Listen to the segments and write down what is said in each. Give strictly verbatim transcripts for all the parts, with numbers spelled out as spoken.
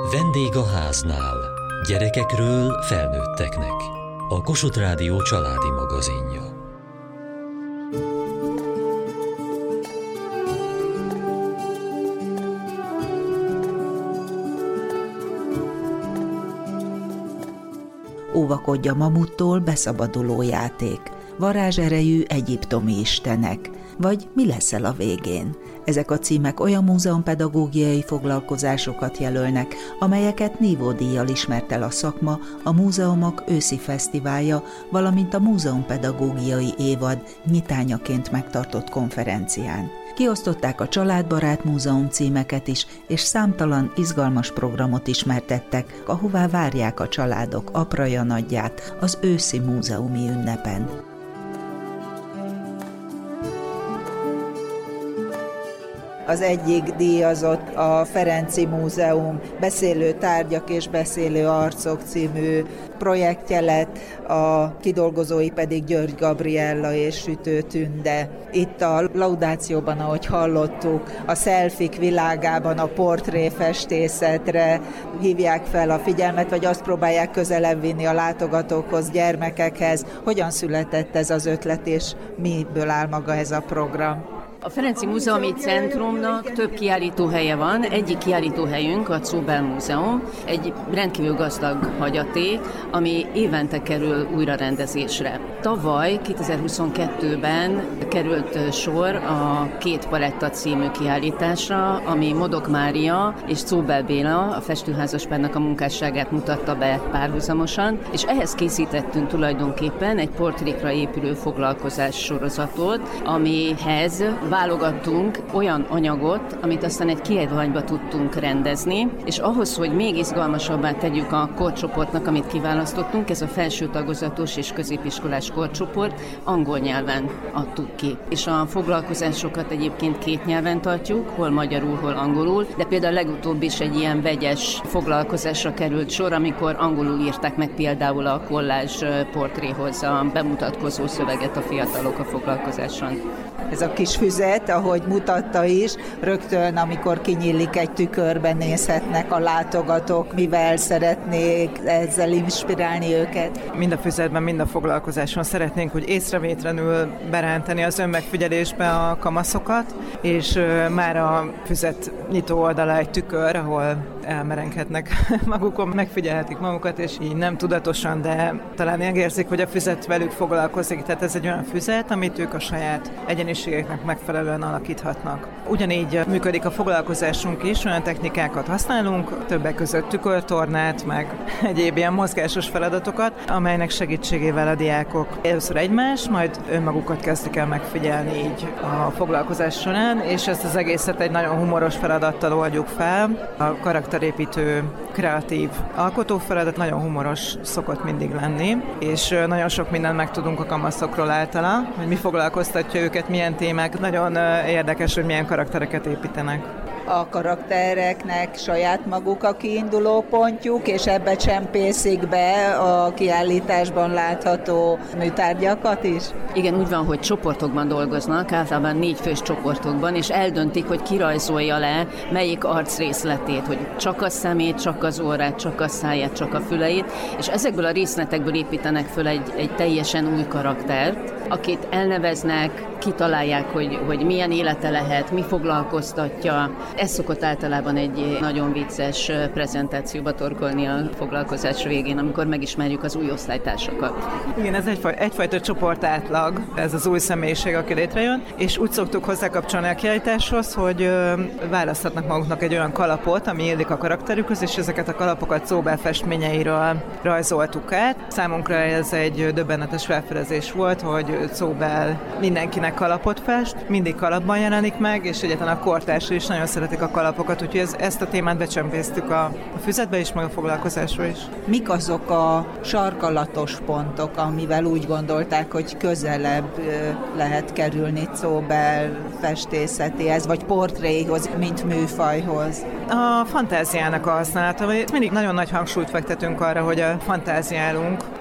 Vendég a háznál. Gyerekekről felnőtteknek. A Kossuth Rádió családi magazinja. Óvakodj a mamuttól, beszabaduló játék. Varázserejű egyiptomi istenek. Vagy mi leszel a végén? Ezek a címek olyan múzeumpedagógiai foglalkozásokat jelölnek, amelyeket nívódíjjal ismert el a szakma, a Múzeumok őszi fesztiválja, valamint a Múzeumpedagógiai évad nyitányaként megtartott konferencián. Kiosztották a családbarát múzeum címeket is, és számtalan izgalmas programot ismertettek, ahová várják a családok apraja nagyját az őszi múzeumi ünnepen. Az egyik díjazott a Ferenczy Múzeum Beszélő tárgyak és beszélő arcok című projektje lett, a kidolgozói pedig György Gabriella és Sütő Tünde. Itt a laudációban, ahogy hallottuk, a szelfik világában a portréfestészetre hívják fel a figyelmet, vagy azt próbálják közelebb vinni a látogatókhoz, gyermekekhez. Hogyan született ez az ötlet, és miből áll maga ez a program? A Ferenczy Múzeumi Centrumnak több kiállítóhelye van. Egyik kiállítóhelyünk a Czóbel Múzeum, egy rendkívül gazdag hagyaték, ami évente kerül újrarendezésre. Tavaly, kétezer-huszonkettőben került sor a Két paletta című kiállításra, ami Modok Mária és Czóbel Béla, a festőházaspárnak a munkásságát mutatta be párhuzamosan, és ehhez készítettünk tulajdonképpen egy portrékra épülő foglalkozás sorozatot, amihez válogattunk olyan anyagot, amit aztán egy kiadványba tudtunk rendezni, és ahhoz, hogy még izgalmasabbá tegyük a korcsoportnak, amit kiválasztottunk, ez a felső tagozatos és középiskolás korcsoport, angol nyelven adtuk ki. És a foglalkozásokat egyébként két nyelven tartjuk, hol magyarul, hol angolul, de például legutóbb is egy ilyen vegyes foglalkozásra került sor, amikor angolul írták meg például a kollázs portréhoz a bemutatkozó szöveget a fiatalok a foglalkozáson. Ez a kis füzet, ahogy mutatta is, rögtön, amikor kinyílik egy tükörben, nézhetnek a látogatók, mivel szeretnék ezzel inspirálni őket. Mind a füzetben, mind a foglalkozáson szeretnénk, hogy észrevétlenül berántani az önmegfigyelésbe a kamaszokat, és már a füzet nyitó oldala egy tükör, ahol elmerenghetnek magukon, megfigyelhetik magukat, és így nem tudatosan, de talán megérzik, hogy a füzet velük foglalkozik. Tehát ez egy olyan füzet, amit ők a saját egyéniségeknek megfelelően alakíthatnak. Ugyanígy működik a foglalkozásunk is, olyan technikákat használunk, többek között tükörtornát, meg egyéb ilyen mozgásos feladatokat, amelynek segítségével a diákok először egymás, majd önmagukat kezdik el megfigyelni így a foglalkozás során, és ezt az egészet egy nagyon humoros feladattal oldjuk fel. A karakterépítő, kreatív alkotófeladat nagyon humoros szokott mindig lenni, és nagyon sok mindent megtudunk a kamaszokról általa, hogy mi foglalkoztatja őket, milyen témák. Nagyon érdekes, hogy milyen karaktereket építenek. A karaktereknek saját maguk a kiinduló pontjuk, és ebbe csempészik be a kiállításban látható műtárgyakat is? Igen, úgy van, hogy csoportokban dolgoznak, általában négy fős csoportokban, és eldöntik, hogy kirajzolja le melyik arcrészletét, hogy csak a szemét, csak az orrát, csak a száját, csak a füleit, és ezekből a részletekből építenek föl egy, egy teljesen új karaktert, akit elneveznek, kitalálják, hogy, hogy milyen élete lehet, mi foglalkoztatja. Ez szokott általában egy nagyon vicces prezentációba torkolni a foglalkozás végén, amikor megismerjük az új osztálytársakat. Igen, ez egyfaj, egyfajta csoportátlag, ez az új személyiség, aki létrejön, és úgy szoktuk hozzákapcsolni a kiállításhoz, hogy ö, választhatnak maguknak egy olyan kalapot, ami illik a karakterükhöz, és ezeket a kalapokat Czóbel festményeiről rajzoltuk át. Számunkra ez egy döbbenetes felfedezés volt, hogy Czóbel mindenkinek kalapot fest, mindig kalapban jelenik meg, és egyáltalán a kortársai is nagyon szeretik a kalapokat, úgyhogy ez, ezt a témát becsempésztük a, a füzetbe is, meg a foglalkozásra is. Mik azok a sarkalatos pontok, amivel úgy gondolták, hogy közelebb lehet kerülni Czóbel festészetéhez, vagy portréhoz, mint műfajhoz? A fantáziának a használata, mindig nagyon nagy hangsúlyt fektetünk arra, hogy a fantáziálunk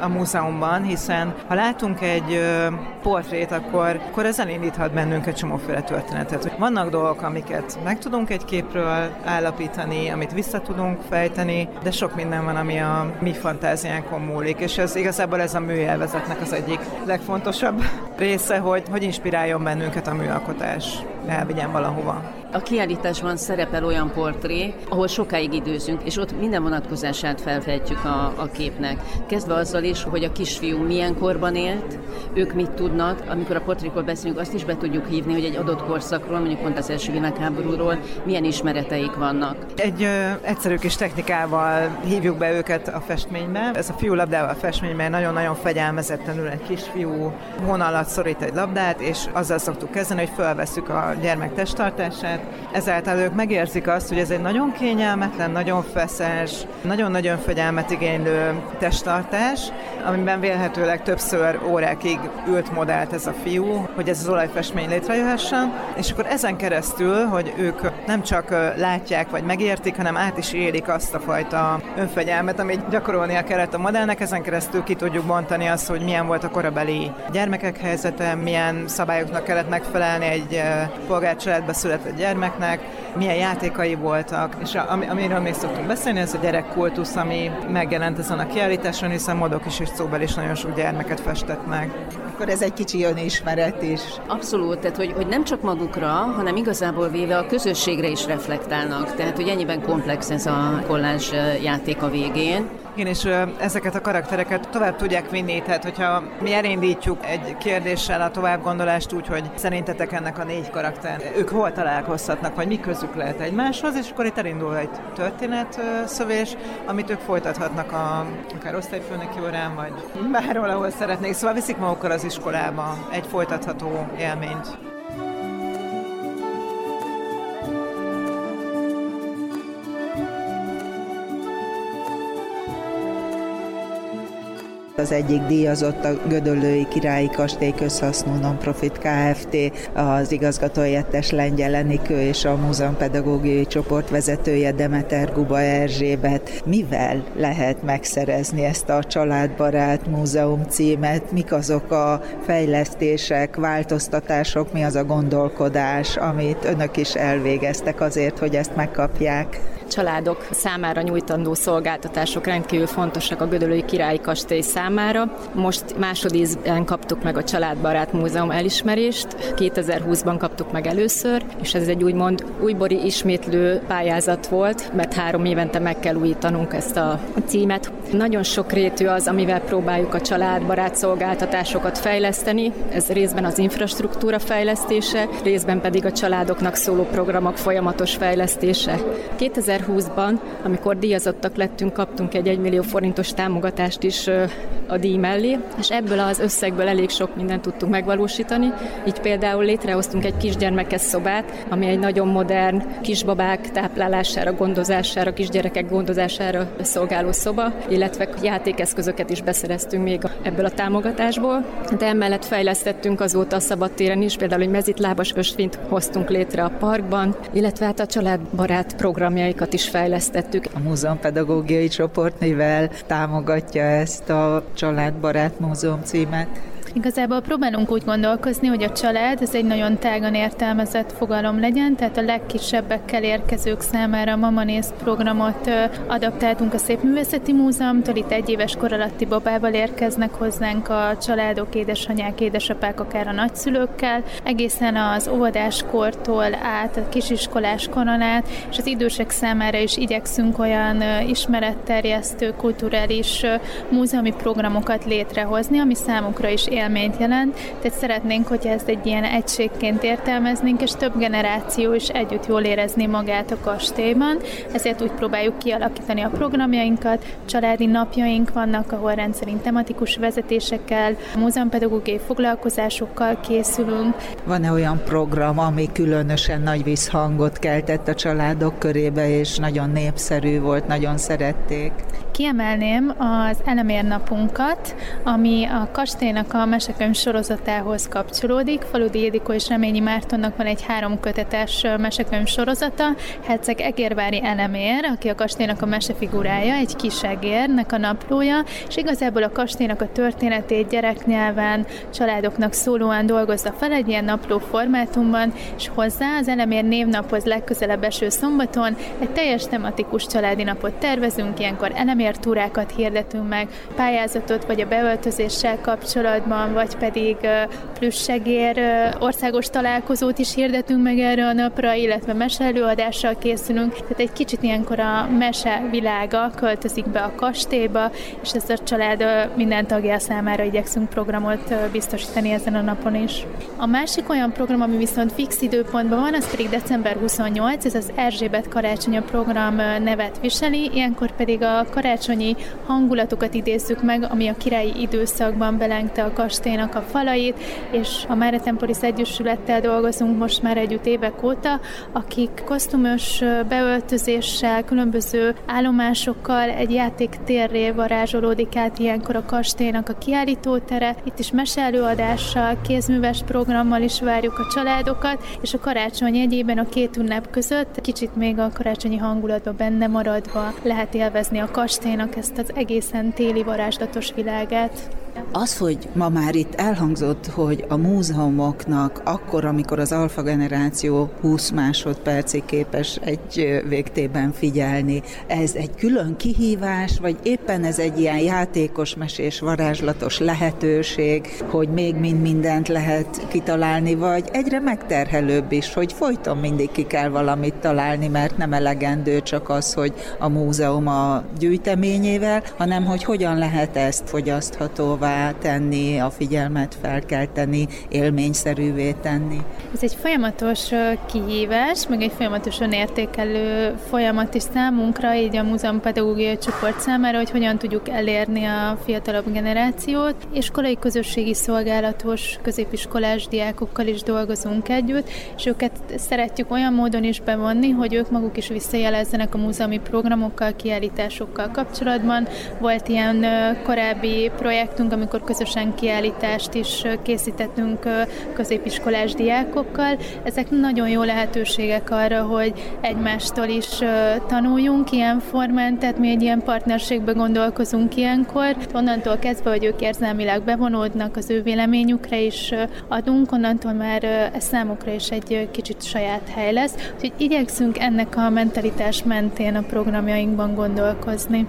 a múzeumban, hiszen ha látunk egy portrét, akkor, akkor ez elindíthat bennünk egy csomóféle történetet. Vannak dolgok, amiket meg tudunk egy képről állapítani, amit vissza tudunk fejteni, de sok minden van, ami a mi fantáziánkon múlik, és ez igazából ez a műelvezetnek az egyik legfontosabb része, hogy, hogy inspiráljon bennünket a műalkotás, elvigyen valahova. A kiállításban szerepel olyan portré, ahol sokáig időzünk, és ott minden vonatkozását felfejtjük a, a képnek. Kezdve azzal is, hogy a kisfiú milyen korban élt, ők mit tudnak, amikor a portrékról beszélünk, azt is be tudjuk hívni, hogy egy adott korszakról, mondjuk pont az első világháborúról milyen ismereteik vannak. Egy ö, egyszerű kis technikával hívjuk be őket a festménybe. Ez a fiú labdával a festményben nagyon-nagyon fegyelmezetlenül egy kisfiú hóna alatt szorít egy labdát, és azzal szoktuk kezdeni, hogy felvesszük a gyermek testtartását. Ezáltal ők megérzik azt, hogy ez egy nagyon kényelmetlen, nagyon feszes, nagyon-nagyon fegyelmet igénylő testtartás, amiben vélhetőleg többször órákig ült modellt ez a fiú, hogy ez az olajfestmény létrejöhessen, és akkor ezen keresztül, hogy ők nem csak látják vagy megértik, hanem át is élik azt a fajta önfegyelmet, amit gyakorolnia kellett a modellnek, ezen keresztül ki tudjuk bontani azt, hogy milyen volt a korabeli gyermekek helyzete, milyen szabályoknak kellett megfelelni egy polgárcsaládba született gyermeknek, milyen játékai voltak, és ami, amiről még szoktunk beszélni, ez a gyerekkultusz, ami megjelent ezen a kiállításon, hiszen Modok is és Czóbel is nagyon sok gyermeket festett meg. Akkor ez egy kicsi önismeret is. Abszolút, tehát hogy, hogy nem csak magukra, hanem igazából véve a közösségre is reflektálnak, tehát hogy ennyiben komplex ez a kollázs játék a végén. Igen, és ezeket a karaktereket tovább tudják vinni, tehát hogyha mi elindítjuk egy kérdéssel a továbbgondolást úgy, hogy szerintetek ennek a négy karakter, ők hol találkozhatnak, vagy mi közük lehet egymáshoz, és akkor itt elindul egy történetszövés, amit ők folytathatnak a, akár osztályfőnöki órán, vagy bárhol, ahol szeretnék. Szóval viszik magukkal az iskolába egy folytatható élményt. Az egyik díjazott a Gödöllői Királyi Kastély Közhasznú Nonprofit Kft. Az igazgatóhelyettes Lengyel Enikő és a múzeumpedagógiai csoport vezetője Demeter Guba Erzsébet. Mivel lehet megszerezni ezt a családbarát múzeum címet? Mik azok a fejlesztések, változtatások, mi az a gondolkodás, amit önök is elvégeztek azért, hogy ezt megkapják? Családok számára nyújtandó szolgáltatások rendkívül fontosak a Gödöllői Királyi Kastély számára. Most másodízben kaptuk meg a Családbarát Múzeum elismerést, kétezer-húszban kaptuk meg először, és ez egy úgymond újbóli ismétlő pályázat volt, mert három évente meg kell újítanunk ezt a címet. Nagyon sokrétű az, amivel próbáljuk a családbarát szolgáltatásokat fejleszteni, ez részben az infrastruktúra fejlesztése, részben pedig a családoknak szóló programok folyamatos fejlesztése. kétezer-húszban, amikor díjazottak lettünk, kaptunk egy egymillió forintos támogatást is a díj mellé, és ebből az összegből elég sok mindent tudtunk megvalósítani. Így például létrehoztunk egy kisgyermekes szobát, ami egy nagyon modern kisbabák táplálására, gondozására, kisgyerekek gondozására szolgáló szoba, illetve játékeszközöket is beszereztünk még ebből a támogatásból. De emellett fejlesztettünk azóta a szabadtéren is, például egy mezitlábas ösvényt hoztunk létre a parkban, illetve hát a családbarát programjaikat is fejlesztettük. A múzeumpedagógiai csoport mivel támogatja ezt a Családbarát Múzeum címet? Igazából próbálunk úgy gondolkozni, hogy a család ez egy nagyon tágan értelmezett fogalom legyen, tehát a legkisebbekkel érkezők számára a Mamanész programot adaptáltunk a Szépművészeti Múzeumtól. Itt egy éves kor alatti babával érkeznek hozzánk a családok, édesanyák, édesapák, akár a nagyszülőkkel, egészen az óvodáskortól át, a kisiskolás koron át, és az idősek számára is igyekszünk olyan ismeretterjesztő, kulturális múzeumi programokat létrehozni, ami számukra is élményt jelent, tehát szeretnénk, hogyha ezt egy ilyen egységként értelmeznénk, és több generáció is együtt jól érezni magát a kastélyban, ezért úgy próbáljuk kialakítani a programjainkat, családi napjaink vannak, ahol rendszerint tematikus vezetésekkel, múzeumpedagógiai foglalkozásokkal készülünk. Van-e olyan program, ami különösen nagy visszhangot keltett a családok körébe, és nagyon népszerű volt, nagyon szerették? Kiemelném az Elemér napunkat, ami a kastélynak a mesekönyv sorozatához kapcsolódik. Faludi Ildikó és Reményi Mártonnak van egy három kötetes mesekönyv sorozata. Herceg Egérvári Elemér, aki a kastélynak a mesefigurája, egy kis egérnek a naplója, és igazából a kastélynak a történetét gyereknyelven, családoknak szólóan dolgozza fel egy ilyen napló formátumban, és hozzá az Elemér névnaphoz legközelebb eső szombaton egy teljes tematikus családi napot tervezünk, ilyenkor Elemér túrákat hirdetünk meg, pályázatot vagy a beöltözéssel kapcsolatban, vagy pedig plüssegér országos találkozót is hirdetünk meg erre a napra, illetve meseelőadással készülünk. Tehát egy kicsit ilyenkor a mese világa költözik be a kastélyba, és ezt a család minden tagja számára igyekszünk programot biztosítani ezen a napon is. A másik olyan program, ami viszont fix időpontban van, az pedig december huszonnyolc, ez az Erzsébet karácsonya program nevet viseli, ilyenkor pedig a karácsonyi hangulatokat idézzük meg, ami a királyi időszakban belengte a kastélynak a falait, és a Mária Temporis Egyesülettel dolgozunk most már együtt évek óta, akik kosztümös beöltözéssel, különböző állomásokkal egy játéktérré varázsolódik át ilyenkor a kastélynak a kiállítótere. Itt is meseelőadással, kézműves programmal is várjuk a családokat, és a karácsony jegyében a két ünnep között kicsit még a karácsonyi hangulatba benne maradva lehet élvezni a kastélynak ezt az egészen téli varázslatos világát. Az, hogy ma már itt elhangzott, hogy a múzeumoknak akkor, amikor az alfa generáció húsz másodpercig képes egy végtében figyelni, ez egy külön kihívás, vagy éppen ez egy ilyen játékos, mesés, varázslatos lehetőség, hogy még mind mindent lehet kitalálni, vagy egyre megterhelőbb is, hogy folyton mindig ki kell valamit találni, mert nem elegendő csak az, hogy a múzeum a gyűjteményével, hanem hogy hogyan lehet ezt fogyaszthatóvá tenni, a figyelmet felkelteni, élményszerűvé tenni. Ez egy folyamatos kihívás, meg egy folyamatosan értékelő folyamat is számunkra, így a múzeumpedagógiai csoport számára, hogy hogyan tudjuk elérni a fiatalabb generációt. Iskolai közösségi szolgálatos középiskolás diákokkal is dolgozunk együtt, és őket szeretjük olyan módon is bevonni, hogy ők maguk is visszajelezzenek a múzeumi programokkal, kiállításokkal kapcsolatban. Volt ilyen korábbi projektünk, amikor közösen kiállítást is készítettünk középiskolás diákokkal. Ezek nagyon jó lehetőségek arra, hogy egymástól is tanuljunk ilyen formán, tehát mi egy ilyen partnerségbe gondolkozunk ilyenkor. Onnantól kezdve, hogy ők érzelmileg bevonódnak, az ő véleményükre is adunk, onnantól már ez számukra is egy kicsit saját hely lesz. Úgyhogy igyekszünk ennek a mentalitás mentén a programjainkban gondolkozni.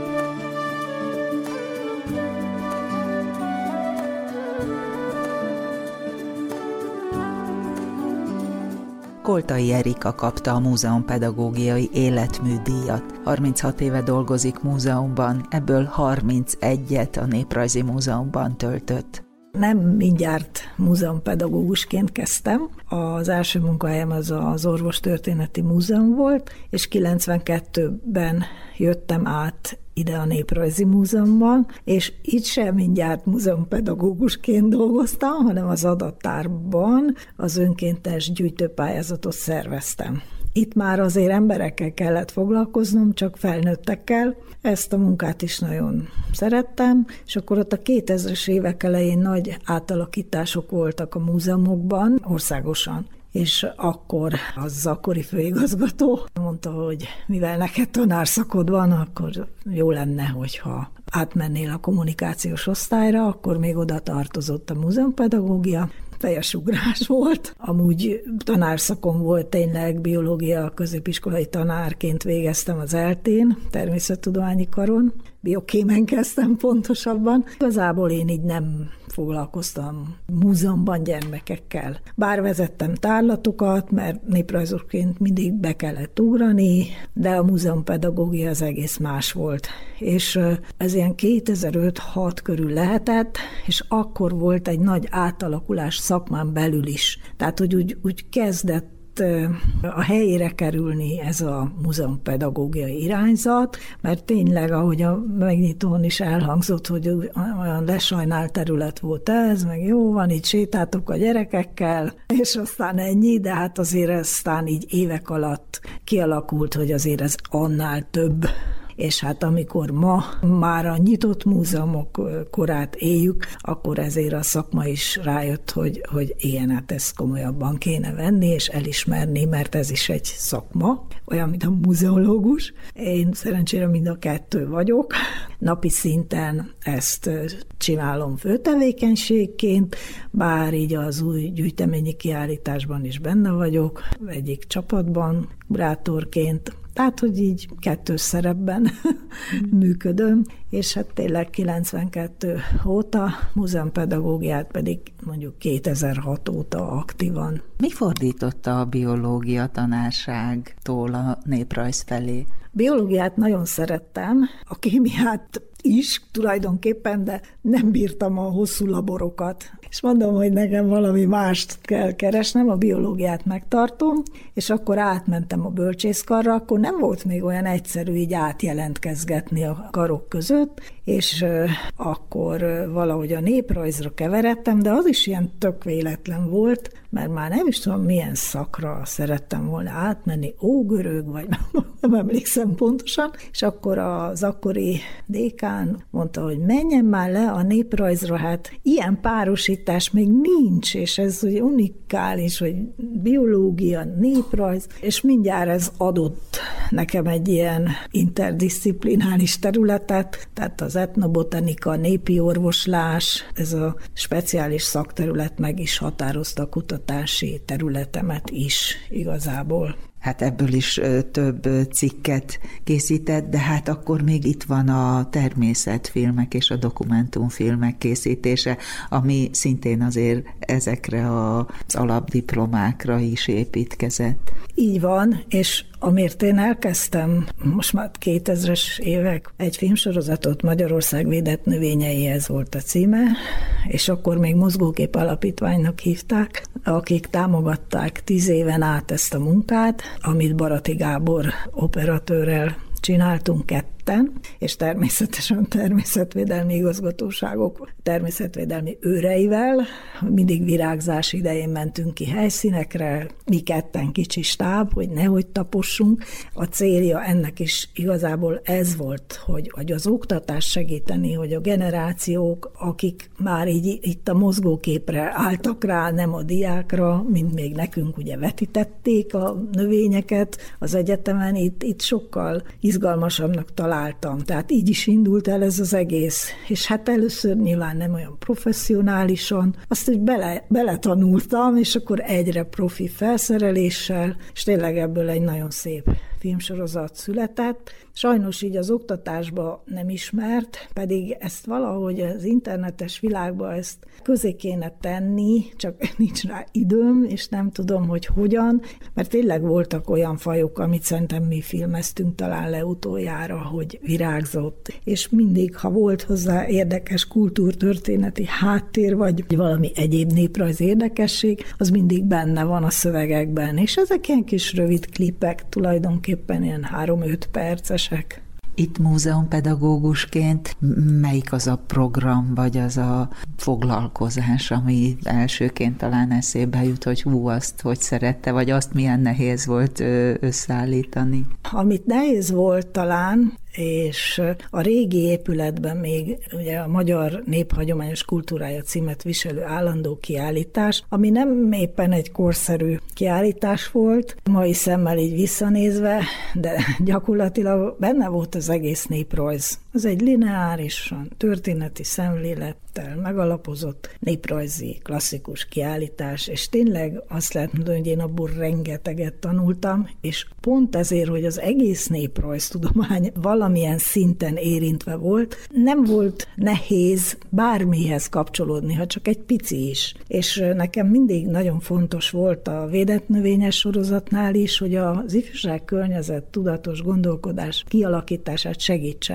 Koltai Erika kapta a múzeumpedagógiai életműdíjat. harminchat éve dolgozik múzeumban, ebből harmincegyet a Néprajzi Múzeumban töltött. Nem mindjárt múzeumpedagógusként kezdtem. Az első munkahelyem az az Orvostörténeti Múzeum volt, és kilencvenkettőben jöttem át ide a Néprajzi Múzeumban, és itt sem mindjárt múzeumpedagógusként dolgoztam, hanem az adattárban az önkéntes gyűjtőpályázatot szerveztem. Itt már azért emberekkel kellett foglalkoznom, csak felnőttekkel. Ezt a munkát is nagyon szerettem, és akkor ott a kétezres évek elején nagy átalakítások voltak a múzeumokban, országosan. És akkor az akkori főigazgató mondta, hogy mivel neked tanárszakod van, akkor jó lenne, hogyha átmennél a kommunikációs osztályra, akkor még oda tartozott a múzeumpedagógia. Teljes ugrás volt. Amúgy tanárszakon volt tényleg, biológia középiskolai tanárként végeztem az eltén, természettudományi karon. Biokémen kezdtem pontosabban. Igazából én így nem foglalkoztam múzeumban gyermekekkel. Bár vezettem tárlatokat, mert néprajzosként mindig be kellett ugrani, de a múzeumpedagógia az egész más volt. És ez ilyen kétezer-öt-hat körül lehetett, és akkor volt egy nagy átalakulás szakmán belül is. Tehát, hogy úgy, úgy kezdett a helyére kerülni ez a múzeumpedagógiai irányzat, mert tényleg, ahogy a megnyitón is elhangzott, hogy olyan lesajnált terület volt ez, meg jó van, itt sétáltok a gyerekekkel, és aztán ennyi, de hát azért aztán így évek alatt kialakult, hogy azért ez annál több. és hát amikor ma már a nyitott múzeumok korát éljük, akkor ezért a szakma is rájött, hogy, hogy igen, hát ezt komolyabban kéne venni, és elismerni, mert ez is egy szakma, olyan, mint a muzeológus. Én szerencsére mind a kettő vagyok. Napi szinten ezt csinálom főtevékenységként, bár így az új gyűjteményi kiállításban is benne vagyok, egyik csapatban, kurátorként, tehát, hogy így kettős szerepben működöm, és hát tényleg kilencvenkettő óta, múzeumpedagógiát pedig mondjuk kétezer-hat óta aktívan. Mi fordította a biológia tanárságtól a néprajz felé? Biológiát nagyon szerettem, a kémiát is tulajdonképpen, de nem bírtam a hosszú laborokat. És mondom, hogy nekem valami mást kell keresnem, a biológiát megtartom, és akkor átmentem a bölcsészkarra, akkor nem volt még olyan egyszerű így átjelentkezgetni a karok között, és akkor valahogy a néprajzra keveredtem, de az is ilyen tök véletlen volt, mert már nem is tudom, milyen szakra szerettem volna átmenni, ógörög, vagy nem emlékszem pontosan, és akkor az akkori dékán mondta, hogy menjen már le a néprajzra, hát ilyen párosítás még nincs, és ez ugye unikális, hogy biológia, néprajz, és mindjárt ez adott nekem egy ilyen interdisziplinális területet, tehát az etnobotanika, a népi orvoslás, ez a speciális szakterület meg is határozta a kutatási területemet is igazából. Hát ebből is több cikket készített, de hát akkor még itt van a természetfilmek és a dokumentumfilmek készítése, ami szintén azért ezekre az alapdiplomákra is építkezett. Így van, és amért én elkezdtem, most már kétezres évek, egy filmsorozatot, Magyarország védett növényei, ez volt a címe, és akkor még Mozgókép Alapítványnak hívták, akik támogatták tíz éven át ezt a munkát, amit Barati Gábor operatőrrel csináltunk ketten, és természetesen természetvédelmi igazgatóságok természetvédelmi őreivel. Mindig virágzás idején mentünk ki helyszínekre, mi ketten kicsi stáb, hogy nehogy tapossunk. A célja ennek is igazából ez volt, hogy, hogy az oktatás segíteni, hogy a generációk, akik már így itt a mozgóképre álltak rá, nem a diákra, mint még nekünk ugye vetítették a növényeket az egyetemen, itt, itt sokkal izgalmasabbnak találtam. Tehát így is indult el ez az egész. És hát először nyilván nem olyan professzionálisan, azt, hogy bele, beletanultam, és akkor egyre profi felszereléssel, és tényleg ebből egy nagyon szép filmsorozat született. Sajnos így az oktatásba nem ismert, pedig ezt valahogy az internetes világba ezt közé kéne tenni, csak nincs rá időm, és nem tudom, hogy hogyan, mert tényleg voltak olyan fajok, amit szerintem mi filmeztünk talán le utoljára, hogy virágzott, és mindig, ha volt hozzá érdekes kultúrtörténeti háttér, vagy valami egyéb néprajz érdekesség, az mindig benne van a szövegekben, és ezek ilyen kis rövid klipek, tulajdonképpen ilyen három-öt percesek. Itt múzeumpedagógusként melyik az a program, vagy az a foglalkozás, ami elsőként talán eszébe jut, hogy hú, azt hogy szerette, vagy azt milyen nehéz volt összeállítani? Amit nehéz volt talán, és a régi épületben még ugye a Magyar Néphagyományos Kultúrája címet viselő állandó kiállítás, ami nem éppen egy korszerű kiállítás volt, mai szemmel így visszanézve, de gyakorlatilag benne volt az egész néprajz. Ez egy lineárisan, történeti szemlélettel megalapozott néprajzi, klasszikus kiállítás, és tényleg azt lehet mondani, hogy én abból rengeteget tanultam, és pont ezért, hogy az egész néprajztudomány valamilyen szinten érintve volt, nem volt nehéz bármihez kapcsolódni, ha csak egy pici is. És nekem mindig nagyon fontos volt a védett növényes sorozatnál is, hogy az ifjúság környezet tudatos gondolkodás kialakítását segítsem, és az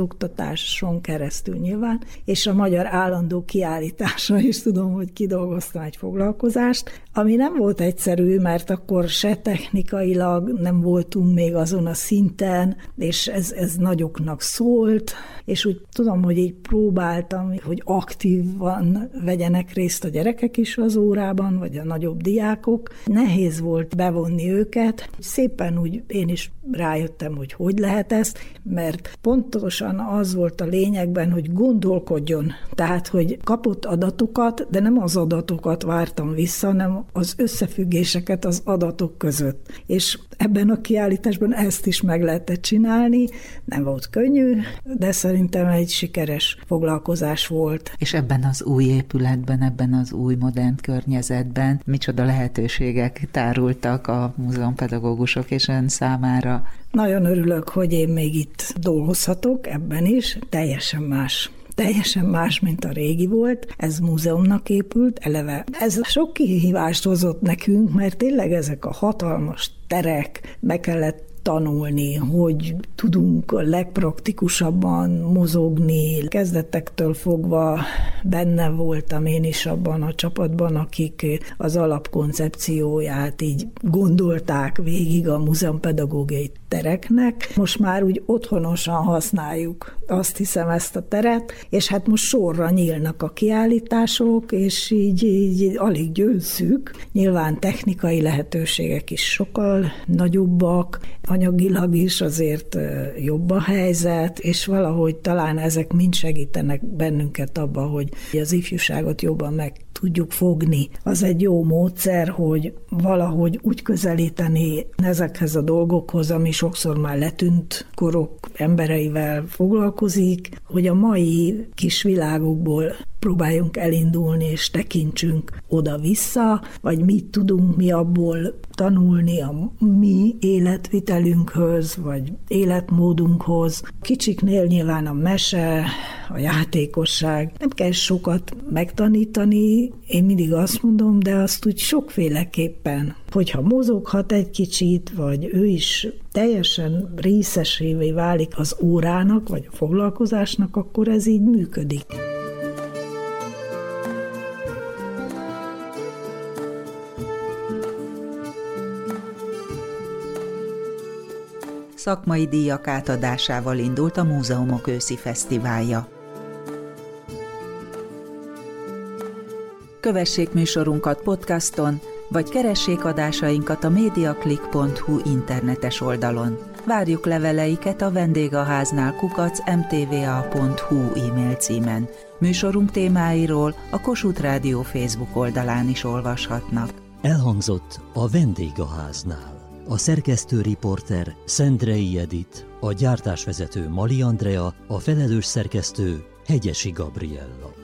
oktatáson keresztül nyilván, és a magyar állandó kiállításra is tudom, hogy kidolgoztam egy foglalkozást, ami nem volt egyszerű, mert akkor se technikailag nem voltunk még azon a szinten, és ez, ez nagyoknak szólt, és úgy tudom, hogy így próbáltam, hogy aktívan vegyenek részt a gyerekek is az órában, vagy a nagyobb diákok. Nehéz volt bevonni őket. Szépen úgy én is rájöttem, hogy hogy lehet ezt, mert pontosan az volt a lényegben, hogy gondolkodjon. Tehát, hogy kapott adatokat, de nem az adatokat vártam vissza, hanem az összefüggéseket az adatok között. És ebben a kiállításban ezt is meg lehetett csinálni. Nem volt könnyű, de szerintem egy sikeres foglalkozás volt. És ebben az új épületben, ebben az új modern környezetben micsoda lehetőségek tárultak a múzeumpedagógusok és ön számára? Nagyon örülök, hogy én még itt dolgozhatok ebben is, teljesen más. Teljesen más, mint a régi volt. Ez múzeumnak épült, eleve. Ez sok kihívást hozott nekünk, mert tényleg ezek a hatalmas terek, be kellett tanulni, hogy tudunk a legpraktikusabban mozogni. Kezdetektől fogva benne voltam én is abban a csapatban, akik az alapkoncepcióját így gondolták végig a múzeumpedagógiai tereknek. Most már úgy otthonosan használjuk, azt hiszem, ezt a teret, és hát most sorra nyílnak a kiállítások, és így, így alig győzzük. Nyilván technikai lehetőségek is sokkal nagyobbak, anyagilag is azért jobb a helyzet, és valahogy talán ezek mind segítenek bennünket abba, hogy az ifjúságot jobban meg tudjuk fogni. Az egy jó módszer, hogy valahogy úgy közelíteni ezekhez a dolgokhoz, ami sokszor már letűnt korok embereivel foglalkozik, hogy a mai kis világokból próbáljunk elindulni, és tekintsünk oda-vissza, vagy mit tudunk mi abból tanulni a mi életvitelünkhöz, vagy életmódunkhoz. Kicsiknél nyilván a mese, a játékosság. Nem kell sokat megtanítani, én mindig azt mondom, de azt úgy sokféleképpen, hogyha mozoghat egy kicsit, vagy ő is teljesen részesévé válik az órának, vagy a foglalkozásnak, akkor ez így működik. Szakmai díjak átadásával indult a Múzeumok őszi fesztiválja. Kövessék műsorunkat podcaston, vagy keressék adásainkat a mediaclick pont hu internetes oldalon. Várjuk leveleiket a vendégháznál kukac em té vé á pont hu e-mail címen. Műsorunk témáiról a Kossuth Rádió Facebook oldalán is olvashatnak. Elhangzott a vendégháznál. A szerkesztő riporter Szendrei Edit, a gyártásvezető Mali Andrea, a felelős szerkesztő Hegyesi Gabriella.